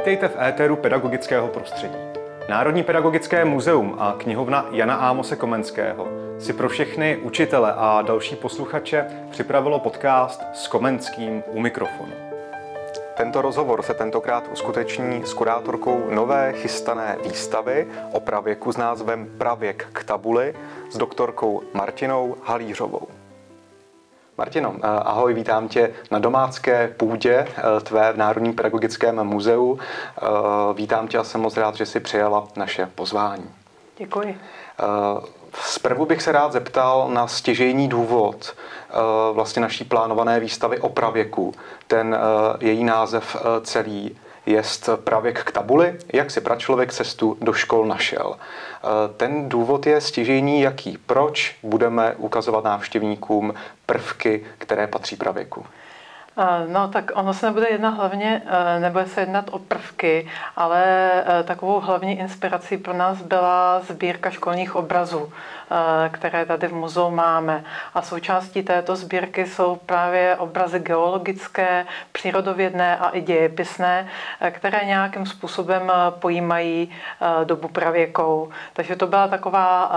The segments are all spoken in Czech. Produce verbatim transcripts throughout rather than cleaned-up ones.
Vítejte v éteru pedagogického prostředí. Národní pedagogické muzeum a knihovna Jana Ámose Komenského si pro všechny učitele a další posluchače připravilo podcast s Komenským u mikrofonu. Tento rozhovor se tentokrát uskuteční s kurátorkou nové chystané výstavy o pravěku s názvem Pravěk k tabuli s doktorkou Martinou Halířovou. Martino, ahoj, vítám tě na domácké půdě tvé v Národním pedagogickém muzeu. Vítám tě a jsem moc rád, že jsi přijala naše pozvání. Děkuji. Zprvu bych se rád zeptal na stěžejní důvod vlastně naší plánované výstavy o pravěku. Ten její název celý jest Pravěk k tabuli, jak si pračlověk cestu do škol našel. Ten důvod je stěžejní jaký? Proč budeme ukazovat návštěvníkům prvky, které patří pravěku? No tak ono se nebude jednat hlavně, nebude se jednat o prvky, ale takovou hlavní inspirací pro nás byla sbírka školních obrazů, které tady v muzeu máme. A součástí této sbírky jsou právě obrazy geologické, přírodovědné a i dějepisné, které nějakým způsobem pojímají dobu pravěkou. Takže to byla taková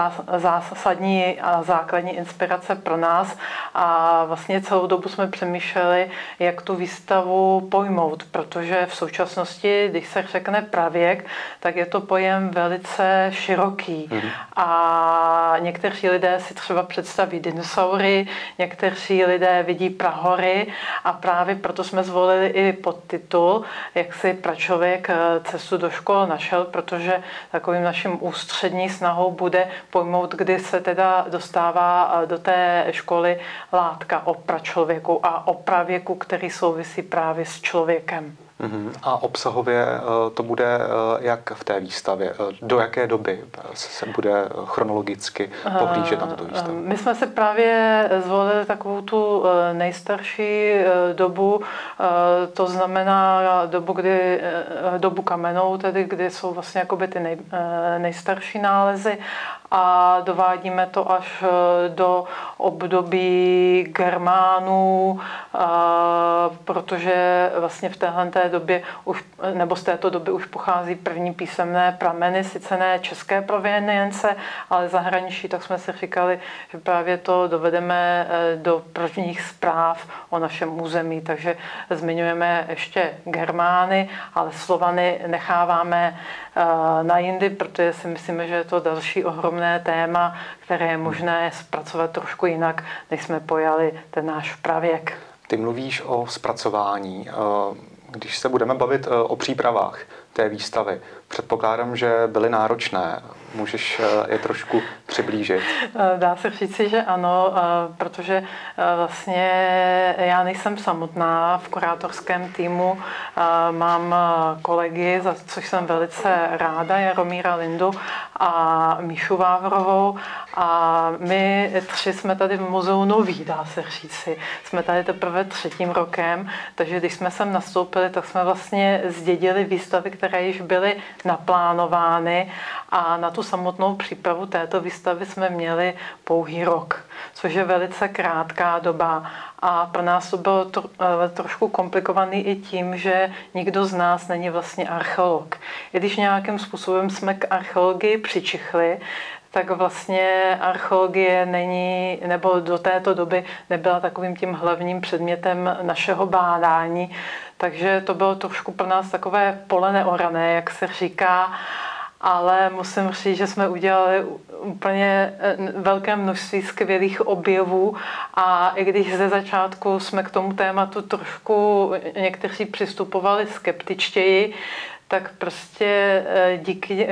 zásadní a základní inspirace pro nás a vlastně celou dobu jsme přemýšleli, jak tu výstavu pojmout, protože v současnosti, když se řekne pravěk, tak je to pojem velice široký. Mm. A někteří lidé si třeba představí dinosaury, někteří lidé vidí prahory a právě proto jsme zvolili i podtitul, jak si pračlověk cestu do škol našel, protože takovým naším ústřední snahou bude pojmout, kdy se teda dostává do té školy látka o pračlověku a o pravěku, který souvisí právě s člověkem. A obsahově to bude jak v té výstavě? Do jaké doby se bude chronologicky pohlížet na tuto výstavu? My jsme se právě zvolili takovou tu nejstarší dobu, to znamená dobu, kdy, dobu kamennou, tedy kdy jsou vlastně jakoby ty nej, nejstarší nálezy a dovádíme to až do období Germánů, protože vlastně v téhle době už, nebo z této doby už pochází první písemné prameny, sice ne české provenience, ale zahraničí, tak jsme si říkali, že právě to dovedeme do prvních zpráv o našem území, takže zmiňujeme ještě Germány, ale Slovany necháváme na jindy, protože si myslíme, že je to další ohromné téma, které je možné zpracovat trošku jinak, než jsme pojali ten náš pravěk. Ty mluvíš o zpracování. Když se budeme bavit o přípravách té výstavy, předpokládám, že byly náročné. Můžeš je trošku přiblížit? Dá se říci, že ano, protože vlastně já nejsem samotná v kurátorském týmu. Mám kolegy, za což jsem velice ráda, Jaromíra Lindu a Míšu Vávrovou. A my tři jsme tady v muzeu noví, dá se říci. Jsme tady teprve třetím rokem, takže když jsme sem nastoupili, tak jsme vlastně zdědili výstavy, které již byly naplánovány a na tu samotnou přípravu této výstavy jsme měli pouhý rok, což je velice krátká doba. A pro nás to bylo tro, trošku komplikovaný i tím, že nikdo z nás není vlastně archeolog. I když nějakým způsobem jsme k archeologii přičichli, tak vlastně archeologie není, nebo do této doby nebyla takovým tím hlavním předmětem našeho bádání. Takže to bylo trošku pro nás takové pole neorané, jak se říká, ale musím říct, že jsme udělali úplně velké množství skvělých objevů a i když ze začátku jsme k tomu tématu trošku někteří přistupovali skeptičtěji, tak prostě díky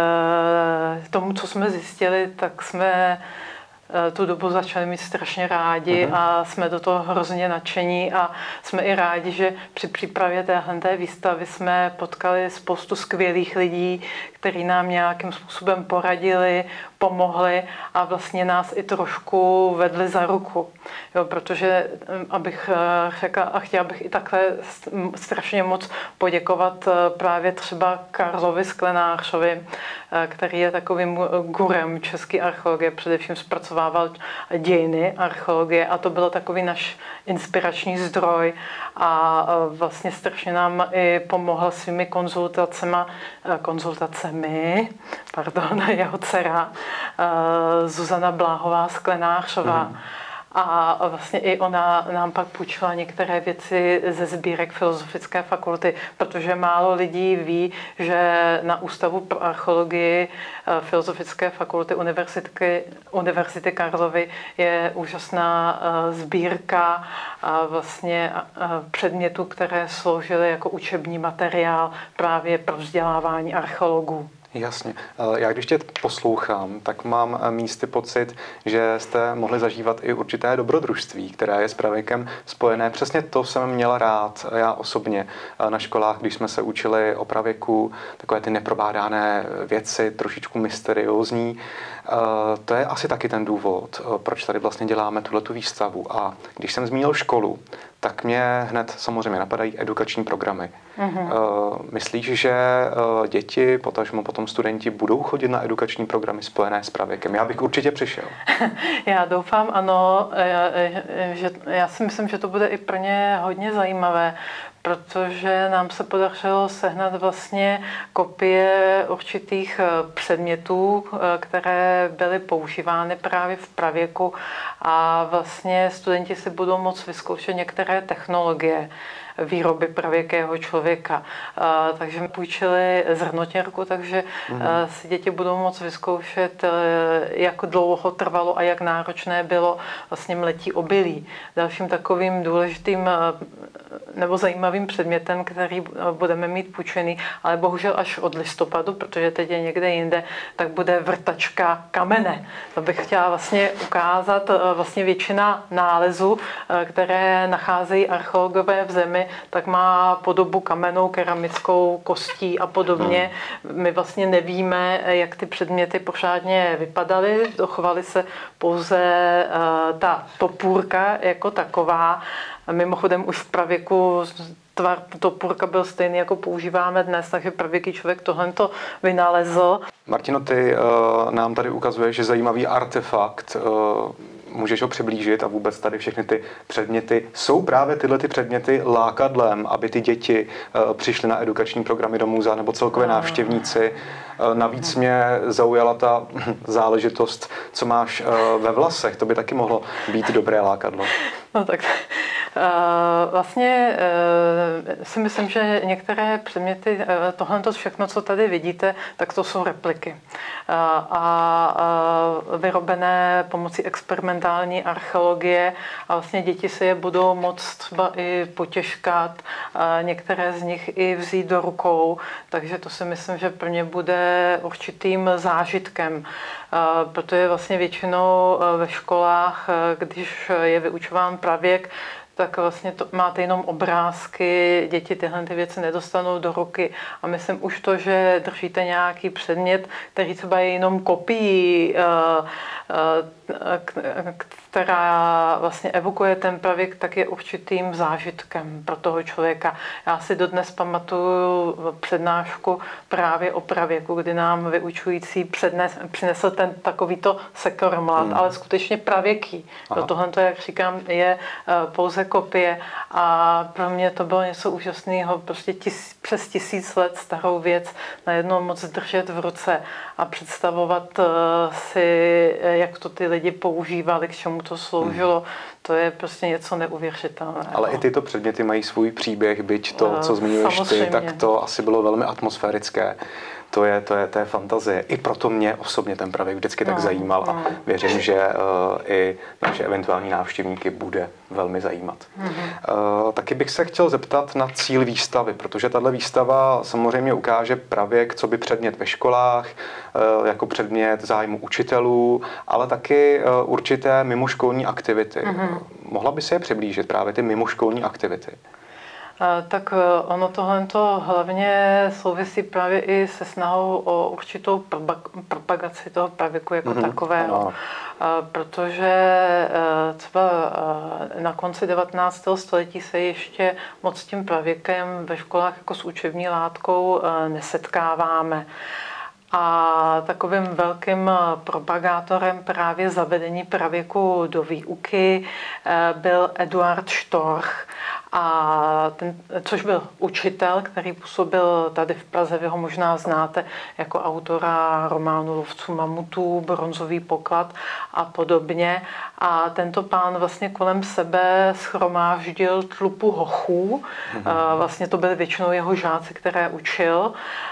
tomu, co jsme zjistili, tak jsme tu dobu začali mít strašně rádi a jsme do toho hrozně nadšení a jsme i rádi, že při přípravě téhleté výstavy jsme potkali spoustu skvělých lidí, kteří nám nějakým způsobem poradili, pomohli a vlastně nás i trošku vedli za ruku. Jo, protože abych řekla, a chtěla bych i takhle strašně moc poděkovat právě třeba Karlovi Sklenářovi, který je takovým gurem české archeologie, především zpracovával dějiny archeologie a to byl takový náš inspirační zdroj a vlastně strašně nám i pomohl svými konzultacemi, konzultacemi, pardon, jeho dcera Zuzana Bláhová Sklenářová. Mm. A vlastně i ona nám pak půjčila některé věci ze sbírek Filozofické fakulty, protože málo lidí ví, že na Ústavu pro archeologii Filozofické fakulty Univerzity, Univerzity Karlovy je úžasná sbírka vlastně předmětů, které sloužily jako učební materiál právě pro vzdělávání archeologů. Jasně. Já když tě poslouchám, tak mám místy pocit, že jste mohli zažívat i určité dobrodružství, které je s pravěkem spojené. Přesně to jsem měla rád já osobně na školách, když jsme se učili o pravěku, takové ty neprobádané věci, trošičku mysteriózní. To je asi taky ten důvod, proč tady vlastně děláme tuhletu výstavu. A když jsem zmínil školu, tak mě hned samozřejmě napadají edukační programy. Mm-hmm. Myslíš, že děti, potažmo potom studenti, budou chodit na edukační programy spojené s pravěkem? Já bych určitě přišel. Já doufám, ano. Že, já si myslím, že to bude i pro ně hodně zajímavé, protože nám se podařilo sehnat vlastně kopie určitých předmětů, které byly používány právě v pravěku a vlastně studenti si budou moct vyzkoušet některé technologie výroby pravěkého člověka. Takže jsme půjčili zrnotěrku, takže mm-hmm. si děti budou moct vyzkoušet, jak dlouho trvalo a jak náročné bylo vlastně mletí obilí. Dalším takovým důležitým nebo zajímavým předmětem, který budeme mít půjčený, ale bohužel až od listopadu, protože teď je někde jinde, tak bude vrtačka kamene. To bych chtěla vlastně ukázat. Vlastně většina nálezů, které nacházejí archeologové v zemi, tak má podobu kamennou, keramickou, kostí a podobně. My vlastně nevíme, jak ty předměty pořádně vypadaly. Dochovaly se pouze ta topůrka jako taková. Mimochodem už v pravěku tvar topůrka byl stejný, jako používáme dnes, takže pravěký člověk tohle to vynalezl. Martino, ty uh, nám tady ukazuješ zajímavý artefakt. Uh, můžeš ho přiblížit a vůbec tady všechny ty předměty. Jsou právě tyhle ty předměty lákadlem, aby ty děti uh, přišly na edukační programy do muzea nebo celkově návštěvníci. Uh, navíc mě zaujala ta záležitost, co máš uh, ve vlasech. To by taky mohlo být dobré lákadlo. No tak vlastně si myslím, že některé předměty, tohle všechno, co tady vidíte, tak to jsou repliky. A vyrobené pomocí experimentální archeologie a vlastně děti si je budou moct třeba i potěžkat, některé z nich i vzít do rukou, takže to si myslím, že pro ně bude určitým zážitkem. Protože vlastně většinou ve školách, když je vyučován pravěk, tak vlastně to, máte jenom obrázky, děti tyhle ty věci nedostanou do ruky. A myslím už to, že držíte nějaký předmět, který třeba je jenom kopií, která vlastně evokuje ten pravěk, tak je určitým zážitkem pro toho člověka. Já si dodnes pamatuju přednášku právě o pravěku, kdy nám vyučující přednes, přinesl ten takovýto sekoromlad, hmm. ale skutečně pravěký. Tohle, jak říkám, je pouze kopie a pro mě to bylo něco úžasného, prostě tis, přes tisíc let starou věc najednou moc držet v ruce a představovat si, jak to ty lidi používali, k čemu to sloužilo. Hmm. To je prostě něco neuvěřitelného. Ale i tyto předměty mají svůj příběh, byť to, co zmiňuješ ty, tak to asi bylo velmi atmosférické. To je, to je, to je fantazie. I proto mě osobně ten pravěk vždycky tak no, zajímal a věřím, že uh, i naše eventuální návštěvníky bude velmi zajímat. Mm-hmm. Uh, taky bych se chtěl zeptat na cíl výstavy, protože tato výstava samozřejmě ukáže pravěk, co by předmět ve školách, uh, jako předmět zájmu učitelů, ale taky uh, určité mimoškolní aktivity. Mm-hmm. Mohla by se je přiblížit, právě ty mimoškolní aktivity? Tak ono tohle hlavně souvisí právě i se snahou o určitou propagaci toho pravěku jako mm-hmm. takového. No. Protože třeba na konci devatenáctého století se ještě moc s tím pravěkem ve školách jako s učební látkou nesetkáváme. A takovým velkým propagátorem právě zavedení pravěku do výuky byl Eduard Štorch, a ten, což byl učitel, který působil tady v Praze. Vy ho možná znáte jako autora románu Lovců mamutů, Bronzový poklad a podobně. A tento pán vlastně kolem sebe shromáždil tlupu hochů. Mm-hmm. Vlastně to byly většinou jeho žáci, které učil.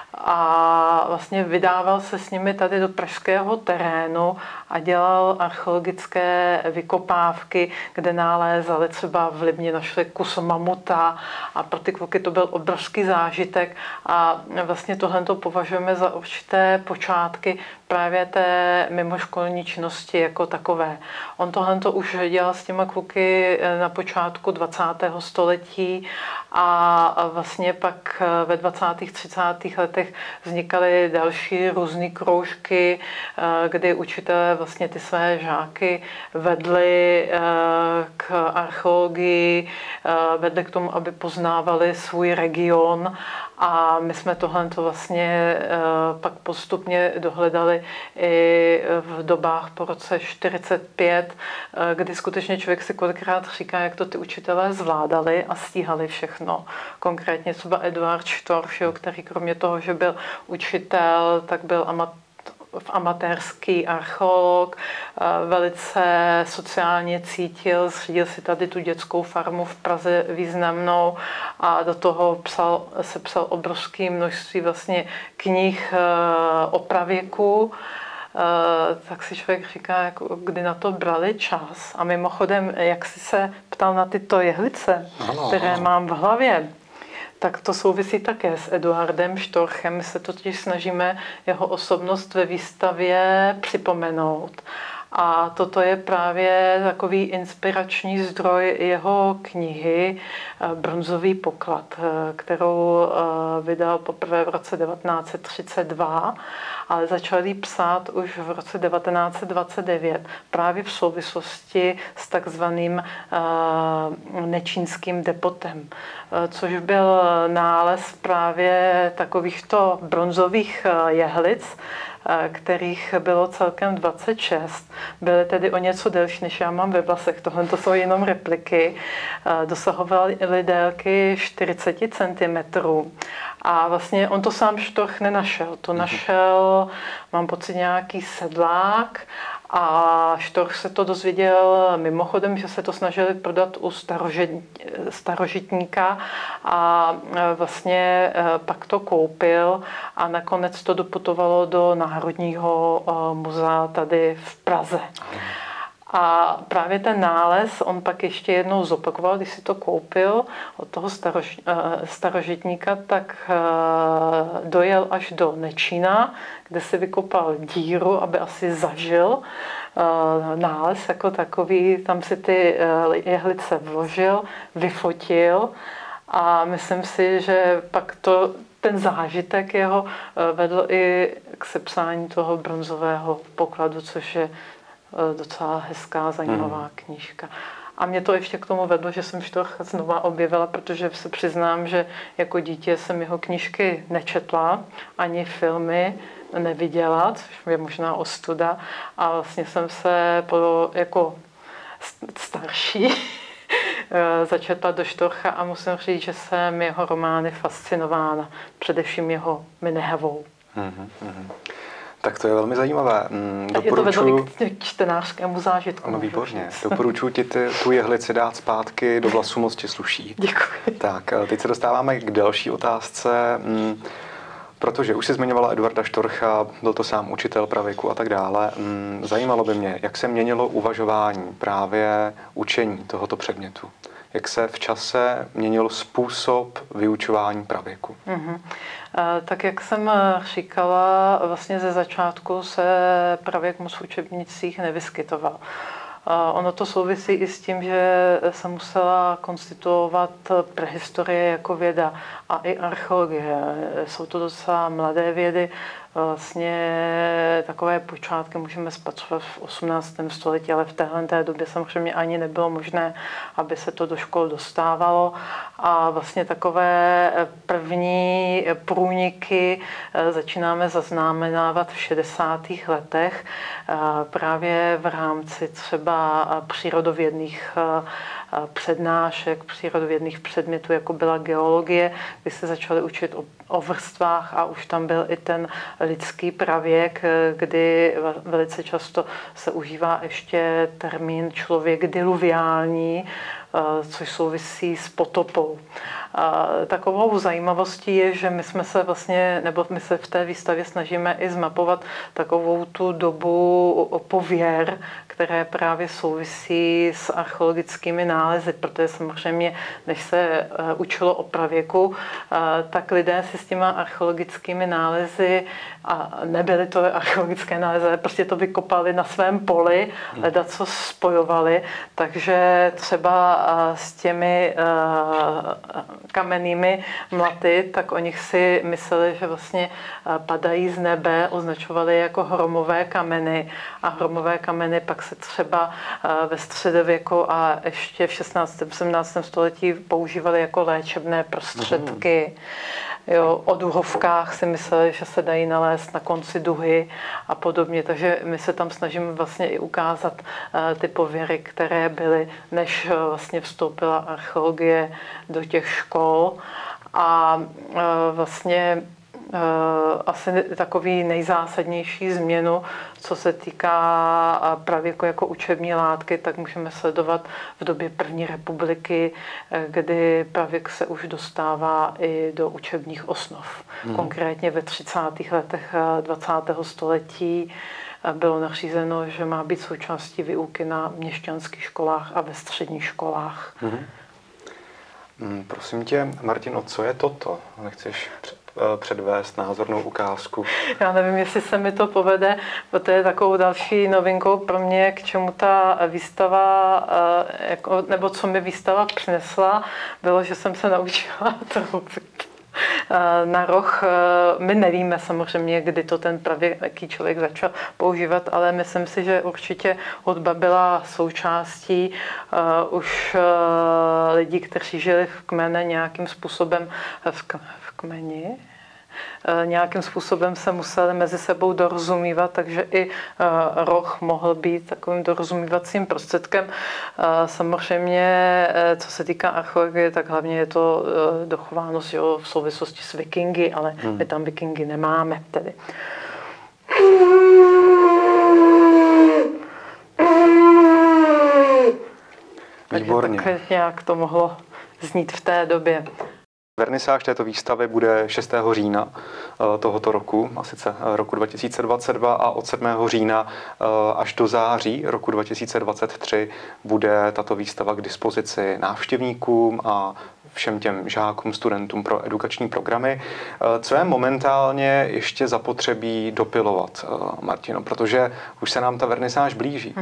A vlastně vydával se s nimi tady do pražského terénu a dělal archeologické vykopávky, kde nalézali třeba v Libni našli kus mamuta a pro ty kluky to byl obrovský zážitek a vlastně tohle to považujeme za určité počátky právě té mimoškolní činnosti jako takové. On tohle to už dělal s těma kluky na počátku dvacátého století a vlastně pak ve dvacátých třicátých letech vznikaly další různé kroužky, kdy učitelé vlastně ty své žáky vedli k archeologii, vedli k tomu, aby poznávali svůj region. A my jsme tohle vlastně pak postupně dohledali i v dobách po roce čtyřicet pět, kdy skutečně člověk si kolikrát říká, jak to ty učitelé zvládali a stíhali všechno. Konkrétně třeba Eduard Štorch, který kromě toho, že byl učitel, tak byl amatér, amatérský archeolog, velice sociálně cítil, zřídil si tady tu dětskou farmu v Praze významnou a do toho psal, se psal obrovské množství vlastně knih o pravěku. Tak si člověk říká, jako, kdy na to brali čas. A mimochodem, jak jsi se ptal na tyto jehlice, ano, které ano. mám v hlavě, tak to souvisí také s Eduardem Štorchem. My se totiž snažíme jeho osobnost ve výstavě připomenout. A toto je právě takový inspirační zdroj jeho knihy Bronzový poklad, kterou vydal poprvé v roce devatenáct set třicet dva, ale začal ji psát už v roce devatenáct set dvacet devět právě v souvislosti s takzvaným nečínským depotem, což byl nález právě takovýchto bronzových jehlic, kterých bylo celkem dvacet šest. Byly tedy o něco delší, než já mám ve vlasech. Tohle to jsou jenom repliky. Dosahovaly délky čtyřicet centimetrů. A vlastně on to sám Štorch nenašel. To našel, mám pocit, nějaký sedlák. A Štorch se to dozvěděl mimochodem, že se to snažili prodat u starožit, starožitníka a vlastně pak to koupil a nakonec to doputovalo do Národního muzea tady v Praze. A právě ten nález on pak ještě jednou zopakoval, když si to koupil od toho starož, starožitníka, tak dojel až do Nečína, kde si vykopal díru, aby asi zažil nález jako takový. Tam si ty jehlice vložil, vyfotil a myslím si, že pak to, ten zážitek jeho vedl i k sepsání toho bronzového pokladu, což je docela hezká, zajímavá hmm. knížka. A mě to ještě k tomu vedlo, že jsem Štorcha znova objevila, protože se přiznám, že jako dítě jsem jeho knížky nečetla, ani filmy neviděla, což je možná ostuda. A vlastně jsem se po, jako starší začetla do Štorcha a musím říct, že jsem jeho romány fascinována, především jeho Minehevou. Hmm, hmm. Tak to je velmi zajímavé. Doporučuji... Je to vedlo i k čtenářskému zážitku. Ano, výborně. Doporučuji ti ty, tu jehlici dát zpátky, do vlasu moc ti sluší. Děkuji. Tak, teď se dostáváme k další otázce, protože už jsi zmiňovala Eduarda Štorcha, byl to sám učitel pravěku a tak dále. Zajímalo by mě, jak se měnilo uvažování právě učení tohoto předmětu. Jak se v čase měnil způsob vyučování pravěku? Mm-hmm. Tak jak jsem říkala, vlastně ze začátku se pravěk moc v učebnicích nevyskytoval. Ono to souvisí i s tím, že se musela konstituovat prehistorie jako věda a i archeologie. Jsou to docela mladé vědy. vlastně takové počátky můžeme spatřovat v osmnáctém století, ale v téhle té době samozřejmě ani nebylo možné, aby se to do škol dostávalo. A vlastně takové první průniky začínáme zaznamenávat v šedesátých letech právě v rámci třeba přírodovědných přednášek, přírodovědných předmětů, jako byla geologie, kdy se začali učit o, o vrstvách a už tam byl i ten lidský pravěk, kdy velice často se užívá ještě termín člověk diluviální, což souvisí s potopou. Takovou zajímavostí je, že my jsme se vlastně, nebo my se v té výstavě snažíme i zmapovat takovou tu dobu pověr, které právě souvisí s archeologickými nálezy, protože samozřejmě, než se učilo o pravěku, tak lidé si s těma archeologickými nálezy, a nebyly to archeologické nálezy, ale prostě to vykopali na svém poli, ledacos spojovali, takže třeba s těmi kamennými mlaty, tak o nich si mysleli, že vlastně padají z nebe, označovali jako hromové kameny a hromové kameny pak se třeba ve středověku a ještě v šestnáctém sedmnáctém století používali jako léčebné prostředky. Jo, o duhovkách si mysleli, že se dají nalézt na konci duhy a podobně. Takže my se tam snažíme vlastně i ukázat ty pověry, které byly, než vlastně vstoupila archeologie do těch škol. A vlastně asi takový nejzásadnější změnu, co se týká pravěku jako učební látky, tak můžeme sledovat v době první republiky, kdy pravěk se už dostává i do učebních osnov. Hmm. Konkrétně ve třicátých letech dvacátého století bylo nařízeno, že má být součástí výuky na měšťanských školách a ve středních školách. Hmm. Prosím tě, Martino, co je toto? Nechceš předvést názornou ukázku? Já nevím, jestli se mi to povede, protože takovou další novinkou pro mě, k čemu ta výstava, nebo co mi výstava přinesla, bylo, že jsem se naučila troubit na roh. My nevíme samozřejmě, kdy to ten pravěký člověk začal používat, ale myslím si, že určitě hudba byla součástí uh, už uh, lidí, kteří žili v kmene nějakým způsobem v, k- v kmeni. Nějakým způsobem se museli mezi sebou dorozumívat, takže i roh mohl být takovým dorozumívacím prostředkem. Samozřejmě, co se týká archeologie, tak hlavně je to dochováno v souvislosti s vikingy, ale hmm. my tam vikingy nemáme tedy. Výborně. Takže tak nějak to mohlo znít v té době. Vernisáž této výstavy bude šestého října tohoto roku, a sice roku dva tisíce dvacet dva, a od sedmého října až do září roku dva tisíce dvacet tři bude tato výstava k dispozici návštěvníkům a všem těm žákům, studentům pro edukační programy. Co je momentálně ještě zapotřebí dopilovat, Martino, protože už se nám ta vernisáž blíží?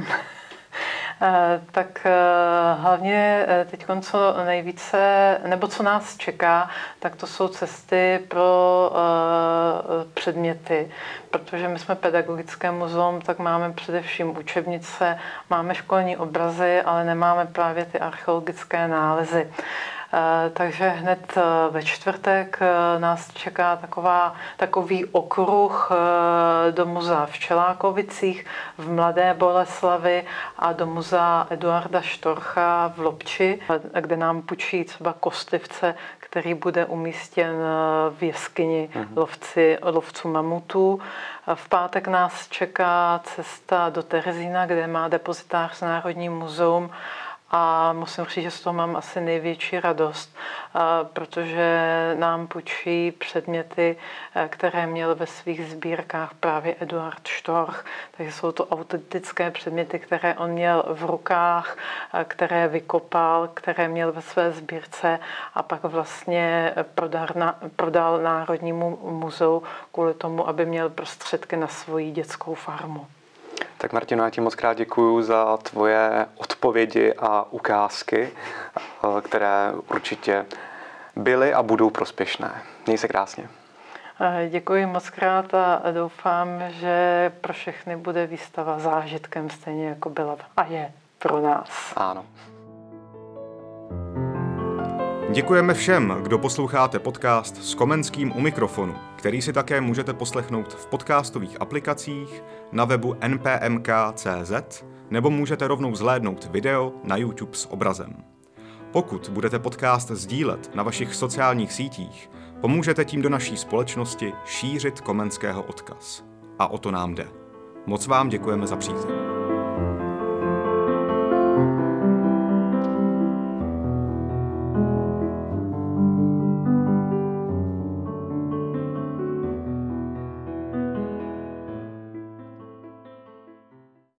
Tak hlavně teď, co nejvíce, nebo co nás čeká, tak to jsou cesty pro předměty. Protože my jsme pedagogické muzeum, tak máme především učebnice, máme školní obrazy, ale nemáme právě ty archeologické nálezy. Takže hned ve čtvrtek nás čeká taková, takový okruh do muzea v Čelákovicích, v Mladé Boleslavi a do muzea Eduarda Štorcha v Lobči, kde nám půjčí třeba kostlivce, který bude umístěn v jeskyni lovci, lovců mamutů. V pátek nás čeká cesta do Terezína, kde má depozitář Národní muzeum. A musím říct, že z toho mám asi největší radost, protože nám půjčí předměty, které měl ve svých sbírkách právě Eduard Štorch. Takže jsou to autentické předměty, které on měl v rukách, které vykopal, které měl ve své sbírce a pak vlastně prodal, prodal Národnímu muzeu kvůli tomu, aby měl prostředky na svoji dětskou farmu. Tak Martino, já ti moc krát děkuju za tvoje odpovědi a ukázky, které určitě byly a budou prospěšné. Měj se krásně. Děkuji moc krát a doufám, že pro všechny bude výstava zážitkem stejně jako byla a je pro nás. Ano. Děkujeme všem, kdo posloucháte podcast s Komenským u mikrofonu, který si také můžete poslechnout v podcastových aplikacích, na webu n p m k tečka c z nebo můžete rovnou zhlédnout video na YouTube s obrazem. Pokud budete podcast sdílet na vašich sociálních sítích, pomůžete tím do naší společnosti šířit Komenského odkaz. A o to nám jde. Moc vám děkujeme za přízeň.